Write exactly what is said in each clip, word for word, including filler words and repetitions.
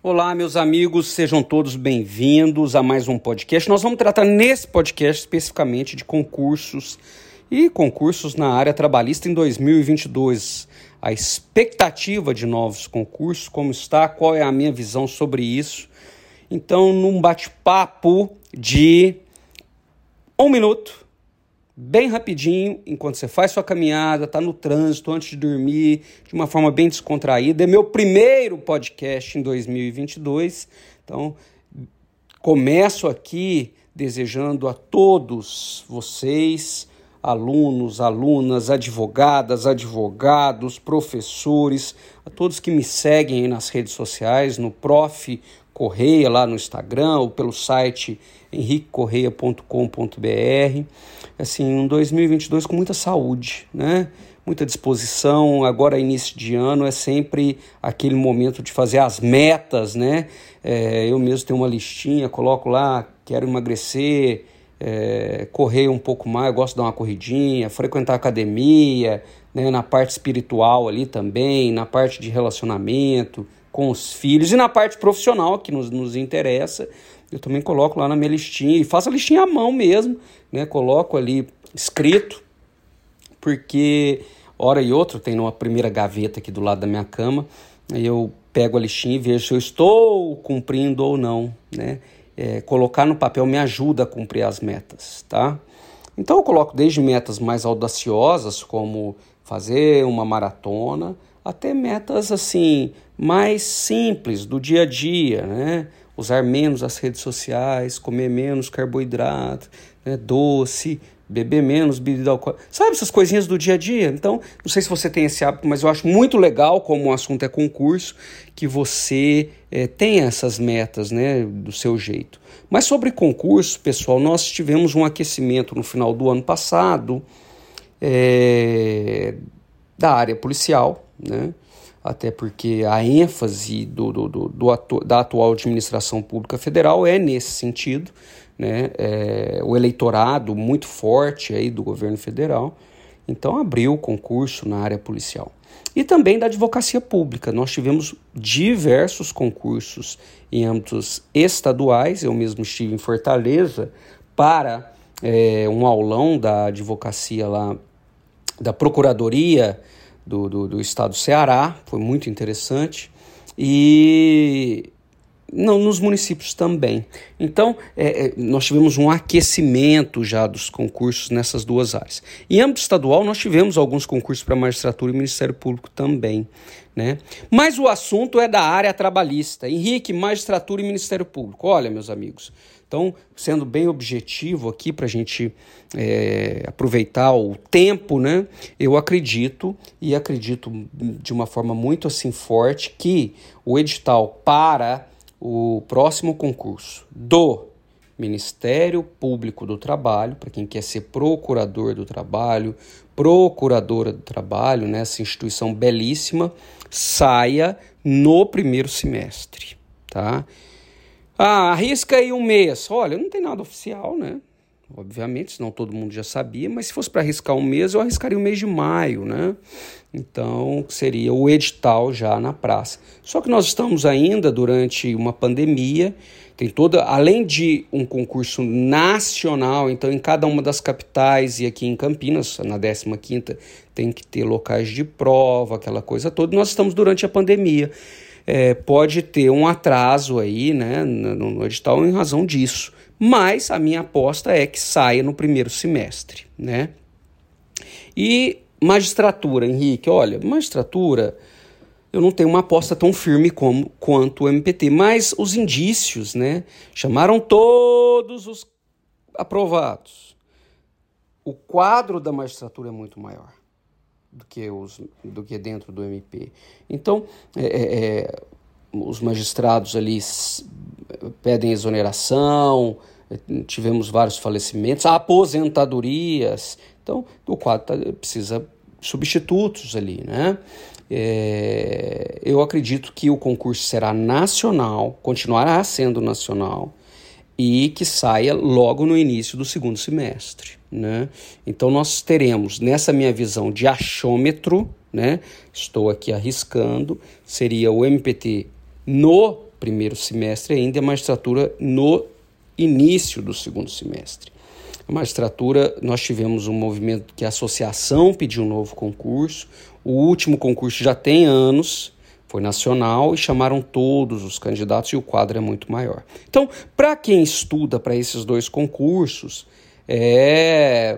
Olá, meus amigos, sejam todos bem-vindos a mais um podcast. Nós vamos tratar nesse podcast especificamente de concursos e concursos na área trabalhista em dois mil e vinte e dois. A expectativa de novos concursos, como está, qual é a minha visão sobre isso. Então, num bate-papo de um minuto, bem rapidinho, enquanto você faz sua caminhada, está no trânsito, antes de dormir, de uma forma bem descontraída. É meu primeiro podcast em dois mil e vinte e dois, então começo aqui desejando a todos vocês, alunos, alunas, advogadas, advogados, professores, a todos que me seguem aí nas redes sociais, no Prof Correia, lá no Instagram, ou pelo site henrique correia ponto com ponto b r. Assim, um dois mil e vinte e dois com muita saúde, né? Muita disposição. Agora, início de ano, é sempre aquele momento de fazer as metas, né? É, eu mesmo tenho uma listinha, coloco lá, quero emagrecer, é, correr um pouco mais, eu gosto de dar uma corridinha, frequentar a academia, né? Na parte espiritual ali também, na parte de relacionamento com os filhos e na parte profissional que nos, nos interessa. Eu também coloco lá na minha listinha, e faço a listinha à mão mesmo, né? Coloco ali escrito, porque hora e outra, tem uma primeira gaveta aqui do lado da minha cama, aí eu pego a listinha e vejo se eu estou cumprindo ou não, né? É, colocar no papel me ajuda a cumprir as metas, tá? Então eu coloco desde metas mais audaciosas, como fazer uma maratona, até metas assim mais simples do dia a dia, né? Usar menos as redes sociais, comer menos carboidrato, né? Doce, beber menos bebida alcoólica. Sabe essas coisinhas do dia a dia? Então, não sei se você tem esse hábito, mas eu acho muito legal, como o assunto é concurso, que você é, tenha essas metas, né, do seu jeito. Mas sobre concurso, pessoal, nós tivemos um aquecimento no final do ano passado é, da área policial, né? Até porque a ênfase do, do, do, do atu, da atual administração pública federal é nesse sentido, né? É, o eleitorado muito forte aí do governo federal, então abriu o concurso na área policial. E também da advocacia pública, nós tivemos diversos concursos em âmbitos estaduais, eu mesmo estive em Fortaleza para é, um aulão da advocacia lá, da Procuradoria Do, do, do estado do Ceará, foi muito interessante, e não, nos municípios também. Então, é, é, nós tivemos um aquecimento já dos concursos nessas duas áreas. Em âmbito estadual, nós tivemos alguns concursos para magistratura e Ministério Público também, né? Mas o assunto é da área trabalhista. Henrique, magistratura e Ministério Público. Olha, meus amigos, então, sendo bem objetivo aqui para a gente é, aproveitar o tempo, né? Eu acredito, e acredito de uma forma muito assim forte, que o edital para o próximo concurso do Ministério Público do Trabalho, para quem quer ser procurador do trabalho, procuradora do trabalho, né? Essa instituição belíssima, saia no primeiro semestre, tá? Ah, arrisca aí um mês. Olha, não tem nada oficial, né? Obviamente, senão todo mundo já sabia, mas se fosse para arriscar um mês, eu arriscaria o mês de maio, né? Então, seria o edital já na praça. Só que nós estamos ainda durante uma pandemia, tem toda, além de um concurso nacional, então em cada uma das capitais e aqui em Campinas, na décima quinta, tem que ter locais de prova, aquela coisa toda, nós estamos durante a pandemia. É, pode ter um atraso aí, né, no, no edital em razão disso, mas a minha aposta é que saia no primeiro semestre, né? E magistratura, Henrique, olha, magistratura, eu não tenho uma aposta tão firme como, quanto o M P T, mas os indícios, né, chamaram todos os aprovados. O quadro da magistratura é muito maior do que, os, do que dentro do M P. Então, é, é, os magistrados ali pedem exoneração, tivemos vários falecimentos, aposentadorias, então o quadro tá, precisa de substitutos ali, né? É, eu acredito que o concurso será nacional, continuará sendo nacional, e que saia logo no início do segundo semestre, né? Então nós teremos, nessa minha visão de achômetro, né? Estou aqui arriscando, seria o M P T no primeiro semestre ainda, e a magistratura no início do segundo semestre. A magistratura, nós tivemos um movimento que a associação pediu um novo concurso, o último concurso já tem anos, foi nacional e chamaram todos os candidatos e o quadro é muito maior. Então, para quem estuda para esses dois concursos, é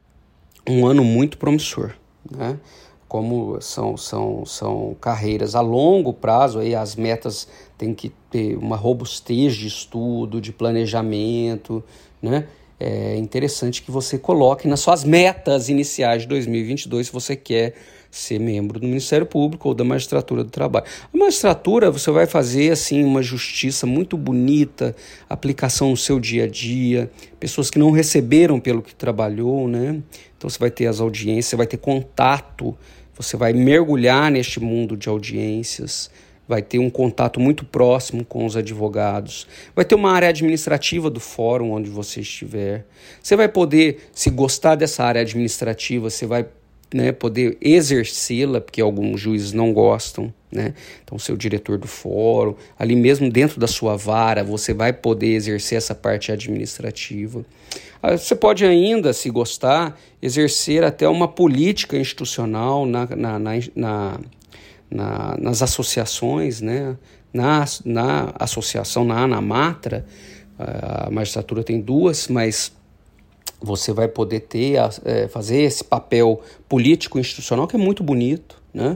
um ano muito promissor, né? Como são, são, são carreiras a longo prazo, aí as metas têm que ter uma robustez de estudo, de planejamento, né? É interessante que você coloque nas suas metas iniciais de dois mil e vinte e dois se você quer ser membro do Ministério Público ou da Magistratura do Trabalho. A magistratura, você vai fazer assim uma justiça muito bonita, aplicação no seu dia a dia, pessoas que não receberam pelo que trabalhou, né? Então você vai ter as audiências, você vai ter contato, você vai mergulhar neste mundo de audiências, vai ter um contato muito próximo com os advogados, vai ter uma área administrativa do fórum onde você estiver. Você vai poder, se gostar dessa área administrativa, você vai, né, poder exercê-la, porque alguns juízes não gostam, né? Então, seu diretor do fórum, ali mesmo dentro da sua vara, você vai poder exercer essa parte administrativa. Você pode ainda, se gostar, exercer até uma política institucional na, na, na, na, na, nas associações, né? Na, na associação, na ANAMATRA, a magistratura tem duas, mas você vai poder ter, é, fazer esse papel político institucional que é muito bonito, né?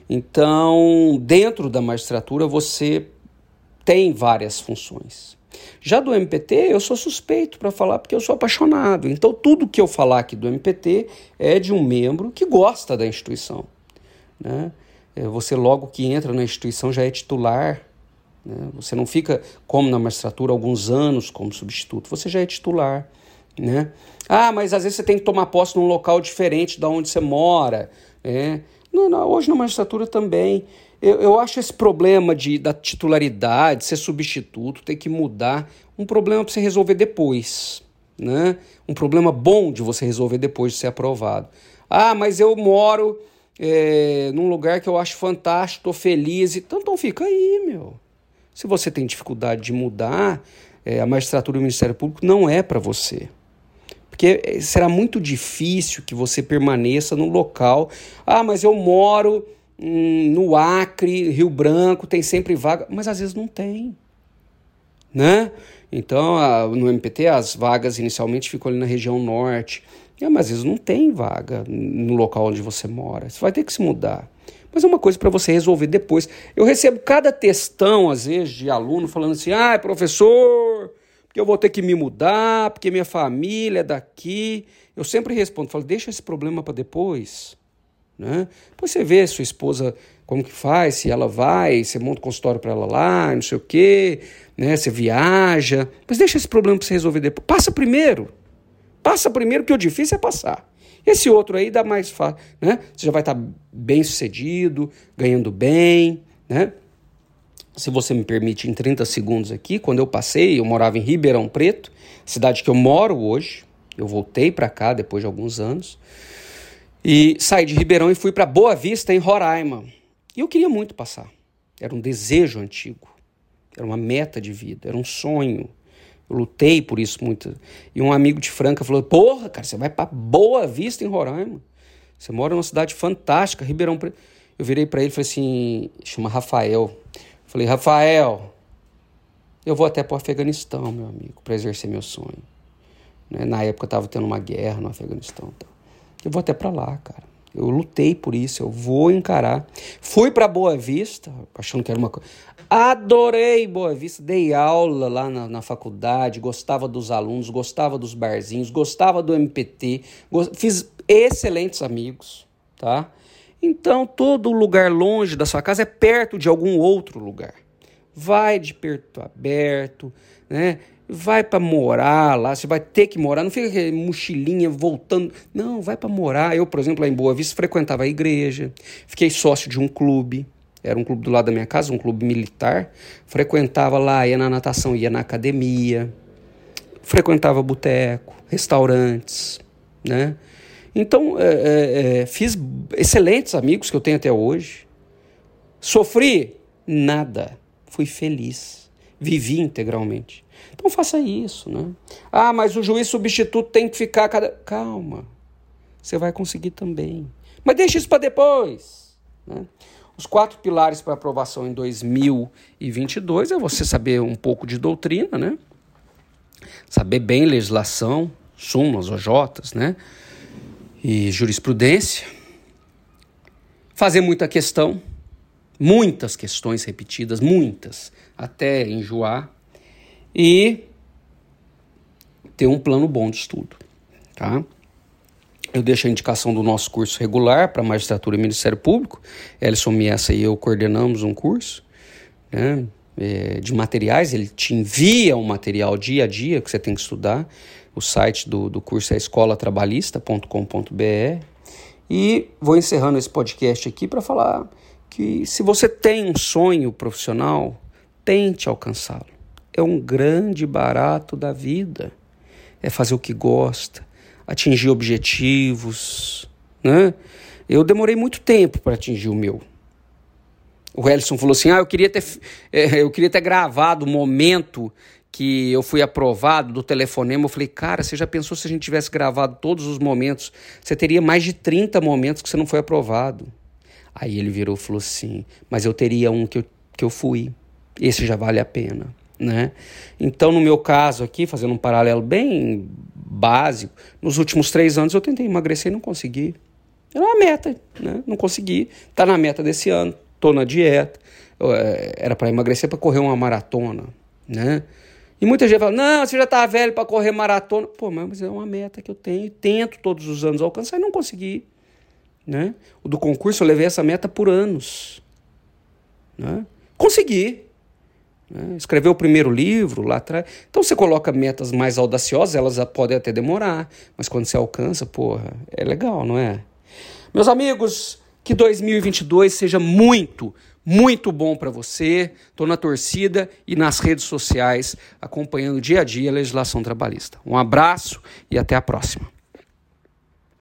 Então, dentro da magistratura, você tem várias funções. Já do M P T, eu sou suspeito para falar porque eu sou apaixonado. Então, tudo que eu falar aqui do M P T é de um membro que gosta da instituição, né? Você, logo que entra na instituição, já é titular, né? Você não fica, como na magistratura, alguns anos como substituto. Você já é titular, né? Ah, mas às vezes você tem que tomar posse num local diferente da onde você mora, né? Não, não, hoje na magistratura também. Eu, eu acho esse problema de, da titularidade, ser substituto, ter que mudar, um problema para você resolver depois, né? Um problema bom de você resolver depois de ser aprovado. Ah, mas eu moro é, num lugar que eu acho fantástico, estou feliz, então, então fica aí, meu. Se você tem dificuldade de mudar, é, a magistratura e o Ministério Público não é para você. Porque será muito difícil que você permaneça no local. Ah, mas eu moro hum, no Acre, Rio Branco, tem sempre vaga. Mas às vezes não tem, né? Então, a, no M P T, as vagas inicialmente ficam ali na região norte. É, mas às vezes não tem vaga no local onde você mora. Você vai ter que se mudar. Mas é uma coisa para você resolver depois. Eu recebo cada textão, às vezes, de aluno falando assim, ah, professor, porque eu vou ter que me mudar, porque minha família é daqui. Eu sempre respondo, falo, deixa esse problema para depois, né? Depois você vê sua esposa como que faz, se ela vai, você monta um consultório para ela lá, não sei o quê, né? Você viaja, mas deixa esse problema para você resolver depois. Passa primeiro, passa primeiro, que o difícil é passar. Esse outro aí dá mais fácil, né? Você já vai estar bem sucedido, ganhando bem, né? Se você me permite, em trinta segundos aqui, quando eu passei, eu morava em Ribeirão Preto, cidade que eu moro hoje. Eu voltei para cá depois de alguns anos. E saí de Ribeirão e fui para Boa Vista, em Roraima. E eu queria muito passar. Era um desejo antigo. Era uma meta de vida, era um sonho. Eu lutei por isso muito. E um amigo de Franca falou, porra, cara, você vai para Boa Vista, em Roraima. Você mora numa cidade fantástica, Ribeirão Preto. Eu virei para ele e falei assim, chama Rafael. Falei, Rafael, eu vou até para o Afeganistão, meu amigo, para exercer meu sonho. Né? Na época estava tendo uma guerra no Afeganistão. Então. Eu vou até para lá, cara. Eu lutei por isso, eu vou encarar. Fui para Boa Vista, achando que era uma coisa. Adorei Boa Vista, dei aula lá na, na faculdade, gostava dos alunos, gostava dos barzinhos, gostava do M P T, gost... fiz excelentes amigos, tá? Então, todo lugar longe da sua casa é perto de algum outro lugar. Vai de perto aberto, né? Vai para morar lá, você vai ter que morar, não fica aquela mochilinha voltando. Não, vai para morar. Eu, por exemplo, lá em Boa Vista, frequentava a igreja, fiquei sócio de um clube, era um clube do lado da minha casa, um clube militar. Frequentava lá, ia na natação, ia na academia, frequentava boteco, restaurantes, né? Então, é, é, fiz excelentes amigos que eu tenho até hoje. Sofri? Nada. fui feliz, vivi integralmente. Então faça isso, né? Ah, mas o juiz substituto tem que ficar cada... Calma, você vai conseguir também. Mas deixa isso para depois, né? Os quatro pilares para aprovação em dois mil e vinte e dois é você saber um pouco de doutrina, né? Saber bem legislação, súmulas, O Js, né? E jurisprudência. Fazer muita questão, muitas questões repetidas, muitas, até enjoar. E ter um plano bom de estudo, tá? Eu deixo a indicação do nosso curso regular para Magistratura e Ministério Público. Elson Miessa e eu coordenamos um curso, né, é, de materiais. Ele te envia um material dia a dia que você tem que estudar. O site do, do curso é escola trabalhista ponto com ponto b r. E vou encerrando esse podcast aqui para falar que se você tem um sonho profissional, tente alcançá-lo. É um grande barato da vida. É fazer o que gosta, atingir objetivos, né? Eu demorei muito tempo para atingir o meu. O Elson falou assim, ah, eu queria ter, eu queria ter gravado o momento que eu fui aprovado do telefonema. Eu falei, cara, você já pensou se a gente tivesse gravado todos os momentos? Você teria mais de trinta momentos que você não foi aprovado. Aí ele virou e falou assim, mas eu teria um que eu, que eu fui. Esse já vale a pena, né? Então, no meu caso aqui, fazendo um paralelo bem básico, nos últimos três anos eu tentei emagrecer e não consegui. Era uma meta, né? Não consegui. Tá na meta desse ano, tô na dieta. Eu, é, era para emagrecer para correr uma maratona, né? E muita gente fala, não, você já tá velho para correr maratona. Pô, mas é uma meta que eu tenho e tento todos os anos alcançar e não consegui, né? O do concurso eu levei essa meta por anos, né? Consegui. Né? Escreveu o primeiro livro lá atrás. Então você coloca metas mais audaciosas, elas podem até demorar, mas quando você alcança, porra, é legal, não é? Meus amigos, que dois mil e vinte e dois seja muito, muito bom para você. Estou na torcida e nas redes sociais acompanhando dia a dia a legislação trabalhista. Um abraço e até a próxima.